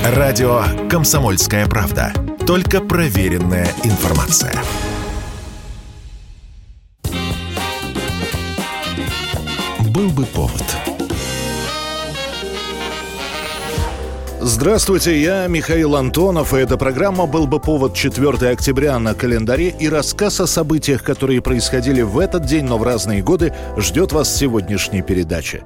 Радио «Комсомольская правда». Только проверенная информация. Был бы повод. Здравствуйте, я Михаил Антонов, и эта программа «Был бы повод» 4 октября на календаре, и рассказ о событиях, которые происходили в этот день, но в разные годы, ждет вас в сегодняшней передаче.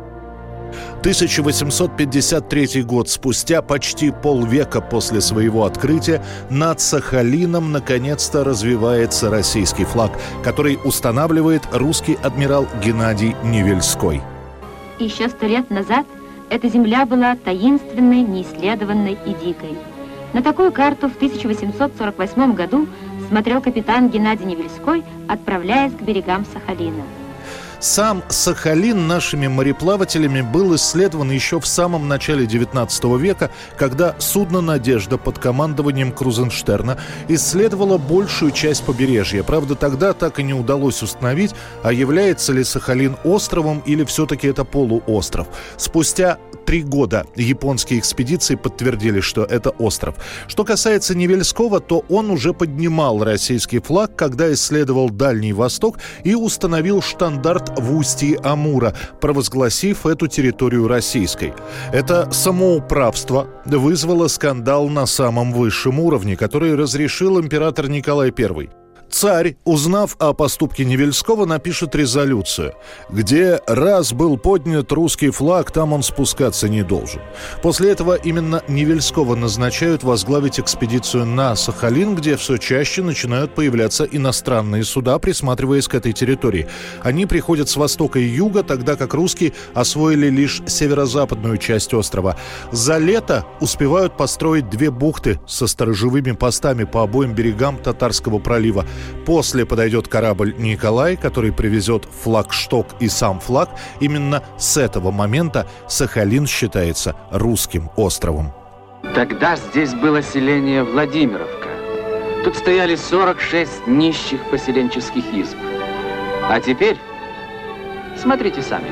1853 год. Спустя почти полвека после своего открытия над Сахалином наконец-то развивается российский флаг, который устанавливает русский адмирал Геннадий Невельской. Еще 100 лет назад эта земля была таинственной, неисследованной и дикой. На такую карту в 1848 году смотрел капитан Геннадий Невельской, отправляясь к берегам Сахалина. Сам Сахалин нашими мореплавателями был исследован еще в самом начале XIX века, когда судно «Надежда» под командованием Крузенштерна исследовало большую часть побережья. Правда, тогда так и не удалось установить, а является ли Сахалин островом или все-таки это полуостров. Спустя 3 года японские экспедиции подтвердили, что это остров. Что касается Невельского, то он уже поднимал российский флаг, когда исследовал Дальний Восток и установил штандарт в устье Амура, провозгласив эту территорию российской. Это самоуправство вызвало скандал на самом высшем уровне, который разрешил император Николай I. Царь, узнав о поступке Невельского, напишет резолюцию, где раз был поднят русский флаг, там он спускаться не должен. После этого именно Невельского назначают возглавить экспедицию на Сахалин, где все чаще начинают появляться иностранные суда, присматриваясь к этой территории. Они приходят с востока и юга, тогда как русские освоили лишь северо-западную часть острова. За лето успевают построить 2 бухты со сторожевыми постами по обоим берегам Татарского пролива. После подойдет корабль «Николай», который привезет флагшток и сам флаг. Именно с этого момента Сахалин считается русским островом. Тогда здесь было селение Владимировка. Тут стояли 46 нищих поселенческих изб. А теперь смотрите сами.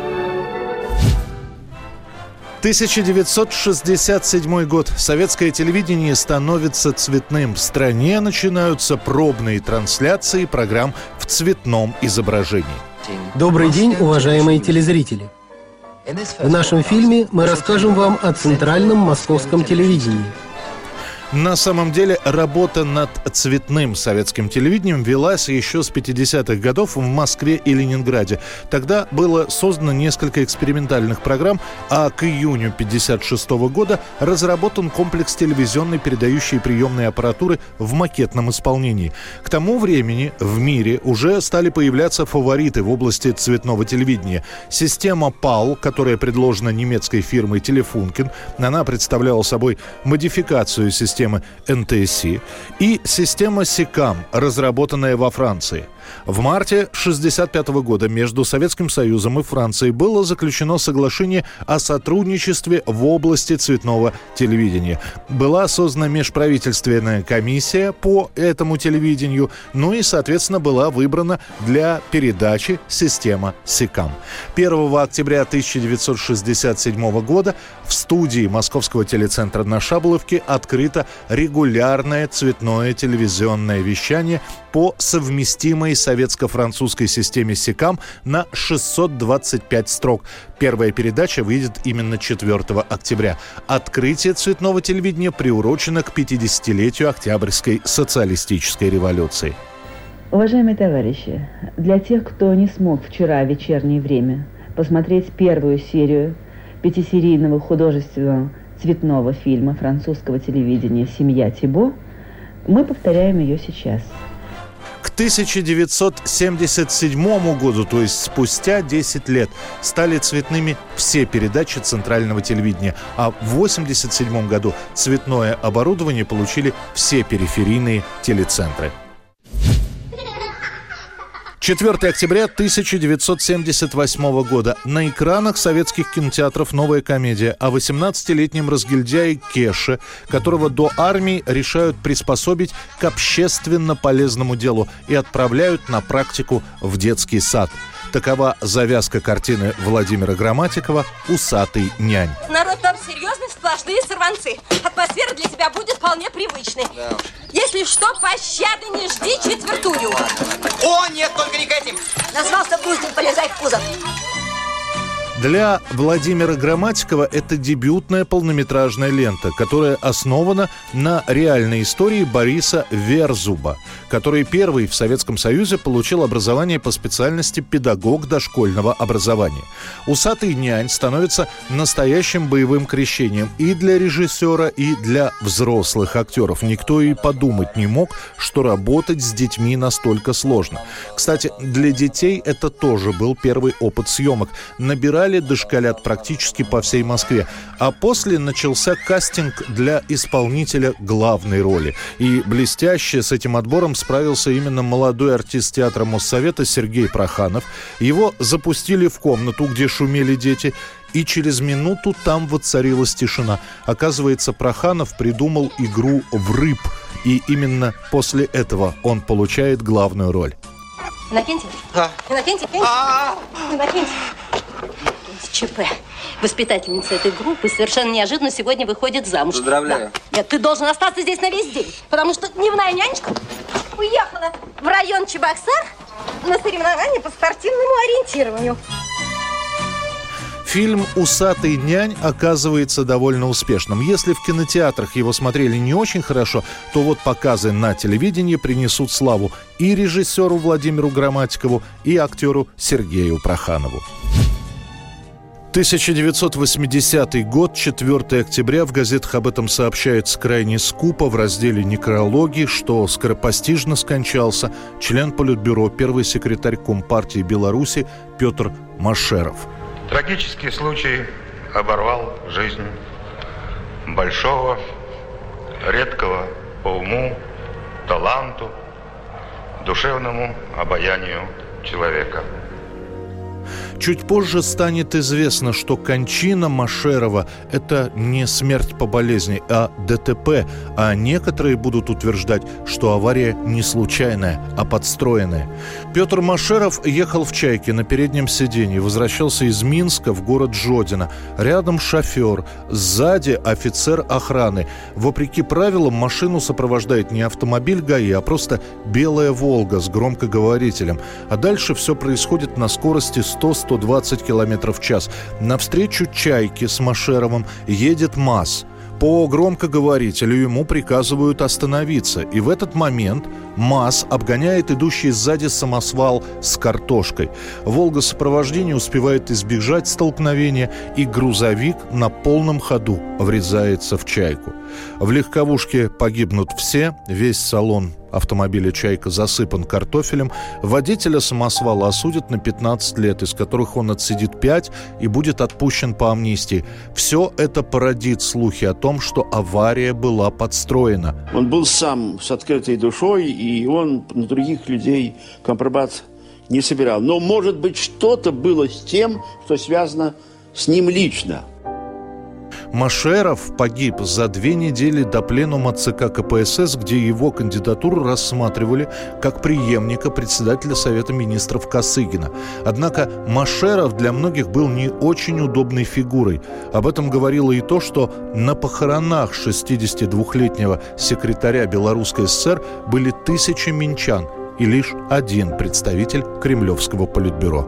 1967 год. Советское телевидение становится цветным. В стране начинаются пробные трансляции программ в цветном изображении. Добрый день, уважаемые телезрители. В нашем фильме мы расскажем вам о центральном московском телевидении. На самом деле, работа над цветным советским телевидением велась еще с 50-х годов в Москве и Ленинграде. Тогда было создано несколько экспериментальных программ, а к июню 1956 года разработан комплекс телевизионной передающей приемной аппаратуры в макетном исполнении. К тому времени в мире уже стали появляться фавориты в области цветного телевидения. Система PAL, которая предложена немецкой фирмой Telefunken, она представляла собой модификацию системы NTSC, и система SECAM, разработанная во Франции. В марте 1965 года между Советским Союзом и Францией было заключено соглашение о сотрудничестве в области цветного телевидения. Была создана межправительственная комиссия по этому телевидению, ну и, соответственно, была выбрана для передачи система SECAM. 1 октября 1967 года в студии Московского телецентра на Шаболовке открыто регулярное цветное телевизионное вещание по совместимой советско-французской системе SECAM на 625 строк. Первая передача выйдет именно 4 октября. Открытие цветного телевидения приурочено к 50-летию Октябрьской социалистической революции. Уважаемые товарищи, для тех, кто не смог вчера в вечернее время посмотреть первую серию 5-серийного художественного цветного фильма французского телевидения «Семья Тибо», мы повторяем ее сейчас. К 1977 году, то есть спустя 10 лет, стали цветными все передачи центрального телевидения, а в 1987 году цветное оборудование получили все периферийные телецентры. 4 октября 1978 года. На экранах советских кинотеатров новая комедия о 18-летнем разгильдяе Кеше, которого до армии решают приспособить к общественно полезному делу и отправляют на практику в детский сад. Такова завязка картины Владимира Грамматикова «Усатый нянь». Народ там серьезно сплошные сорванцы. Атмосфера для тебя будет вполне привычной. Да. Если что, пощады не жди, четвертую. О, нет, только не к этим. Назвался Кузин, полезай в кузов. Для Владимира Грамматикова это дебютная полнометражная лента, которая основана на реальной истории Бориса Верзуба, который первый в Советском Союзе получил образование по специальности педагог дошкольного образования. «Усатый нянь» становится настоящим боевым крещением и для режиссера, и для взрослых актеров. Никто и подумать не мог, что работать с детьми настолько сложно. Кстати, для детей это тоже был первый опыт съемок. Набирали дошколят практически по всей Москве. А после начался кастинг для исполнителя главной роли. И блестяще с этим отбором справился именно молодой артист театра Моссовета Сергей Проханов. Его запустили в комнату, где шумели дети, и через минуту там воцарилась тишина. Оказывается, Проханов придумал игру в рыб. И именно после этого он получает главную роль. Иннокентий? Да. Иннокентий? Иннокентий. ЧП. Воспитательница этой группы совершенно неожиданно сегодня выходит замуж. Поздравляю. Да. Нет, ты должен остаться здесь на весь день, потому что дневная нянечка уехала в район Чебоксар на соревнования по спортивному ориентированию. Фильм «Усатый нянь» оказывается довольно успешным. Если в кинотеатрах его смотрели не очень хорошо, то вот показы на телевидении принесут славу и режиссеру Владимиру Грамматикову, и актеру Сергею Проханову. 1980 год, 4 октября. В газетах об этом сообщается крайне скупо в разделе «Некрологи», что скоропостижно скончался член Политбюро, первый секретарь Компартии Беларуси Петр Машеров. Трагический случай оборвал жизнь большого, редкого по уму, таланту, душевному обаянию человека. Чуть позже станет известно, что кончина Машерова – это не смерть по болезни, а ДТП. А некоторые будут утверждать, что авария не случайная, а подстроенная. Петр Машеров ехал в «Чайке» на переднем сиденье, возвращался из Минска в город Жодино. Рядом шофер, сзади офицер охраны. Вопреки правилам, машину сопровождает не автомобиль ГАИ, а просто белая «Волга» с громкоговорителем. А дальше все происходит на скорости 100-120 км в час. Навстречу «Чайке» с Машеровым едет МАЗ. По громкоговорителю ему приказывают остановиться. И в этот момент МАЗ обгоняет идущий сзади самосвал с картошкой. «Волга» сопровождения успевает избежать столкновения, и грузовик на полном ходу врезается в «Чайку». В легковушке погибнут все, весь салон автомобиля «Чайка» засыпан картофелем. Водителя самосвала осудят на 15 лет, из которых он отсидит 5 и будет отпущен по амнистии. Все это породит слухи о том, что авария была подстроена. Он был сам с открытой душой, и он на других людей компромат не собирал. Но, может быть, что-то было с тем, что связано с ним лично. Машеров погиб за 2 недели до пленума ЦК КПСС, где его кандидатуру рассматривали как преемника председателя Совета министров Косыгина. Однако Машеров для многих был не очень удобной фигурой. Об этом говорило и то, что на похоронах 62-летнего секретаря Белорусской ССР были тысячи минчан и лишь один представитель Кремлевского политбюро.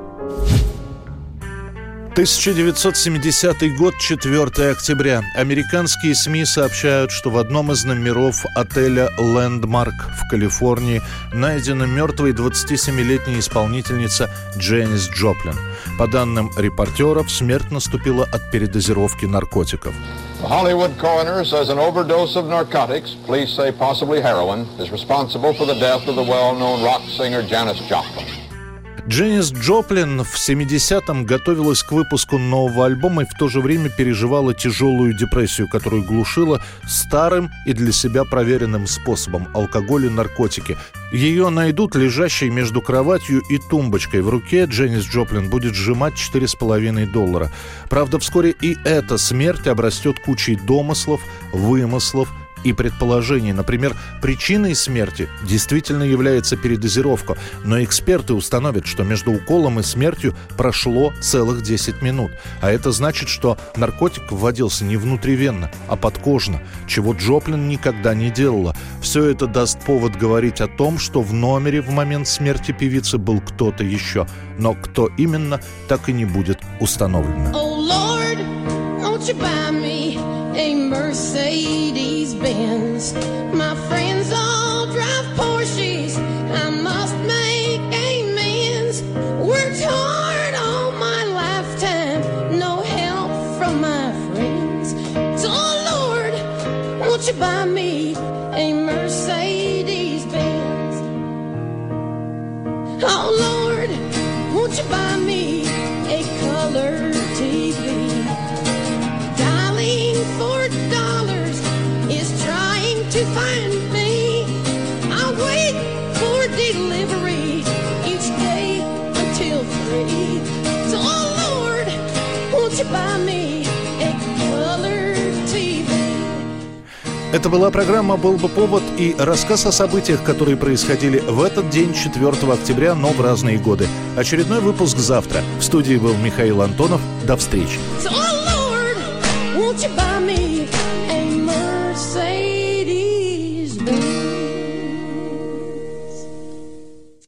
1970 год, 4 октября. Американские СМИ сообщают, что в одном из номеров отеля «Лэндмарк» в Калифорнии найдена мертвой 27-летняя исполнительница Дженнис Джоплин. По данным репортеров, смерть наступила от передозировки наркотиков. The Hollywood coroner says an overdose of narcotics, police say possibly heroin, is responsible for the death of the well-known rock singer Janis Joplin. Дженнис Джоплин в 70-м готовилась к выпуску нового альбома и в то же время переживала тяжелую депрессию, которую глушила старым и для себя проверенным способом – алкоголь и наркотики. Ее найдут лежащей между кроватью и тумбочкой. В руке Дженнис Джоплин будет сжимать $4,5. Правда, вскоре и эта смерть обрастет кучей домыслов, вымыслов и предположений. Например, причиной смерти действительно является передозировка, но эксперты установят, что между уколом и смертью прошло целых 10 минут. А это значит, что наркотик вводился не внутривенно, а подкожно, чего Джоплин никогда не делала. Все это даст повод говорить о том, что в номере в момент смерти певицы был кто-то еще. Но кто именно, так и не будет установлено. Oh Lord, won't you buy me a Mercedes-Benz? My friends all drive Porsches, I must make amends. Worked hard all my lifetime, no help from my friends. So Lord, won't you buy me a Mercedes-Benz? Oh Lord, won't you buy me a color TV? Dialing for dollars is trying to find me. I wait for delivery each day until 3. So oh Lord, won't you buy me a color TV? Это была программа «Был бы повод» и рассказ о событиях, которые происходили в этот день, 4 октября, но в разные годы. Очередной выпуск завтра. В студии был Михаил Антонов. До встречи. So, oh Lord, won't you buy me a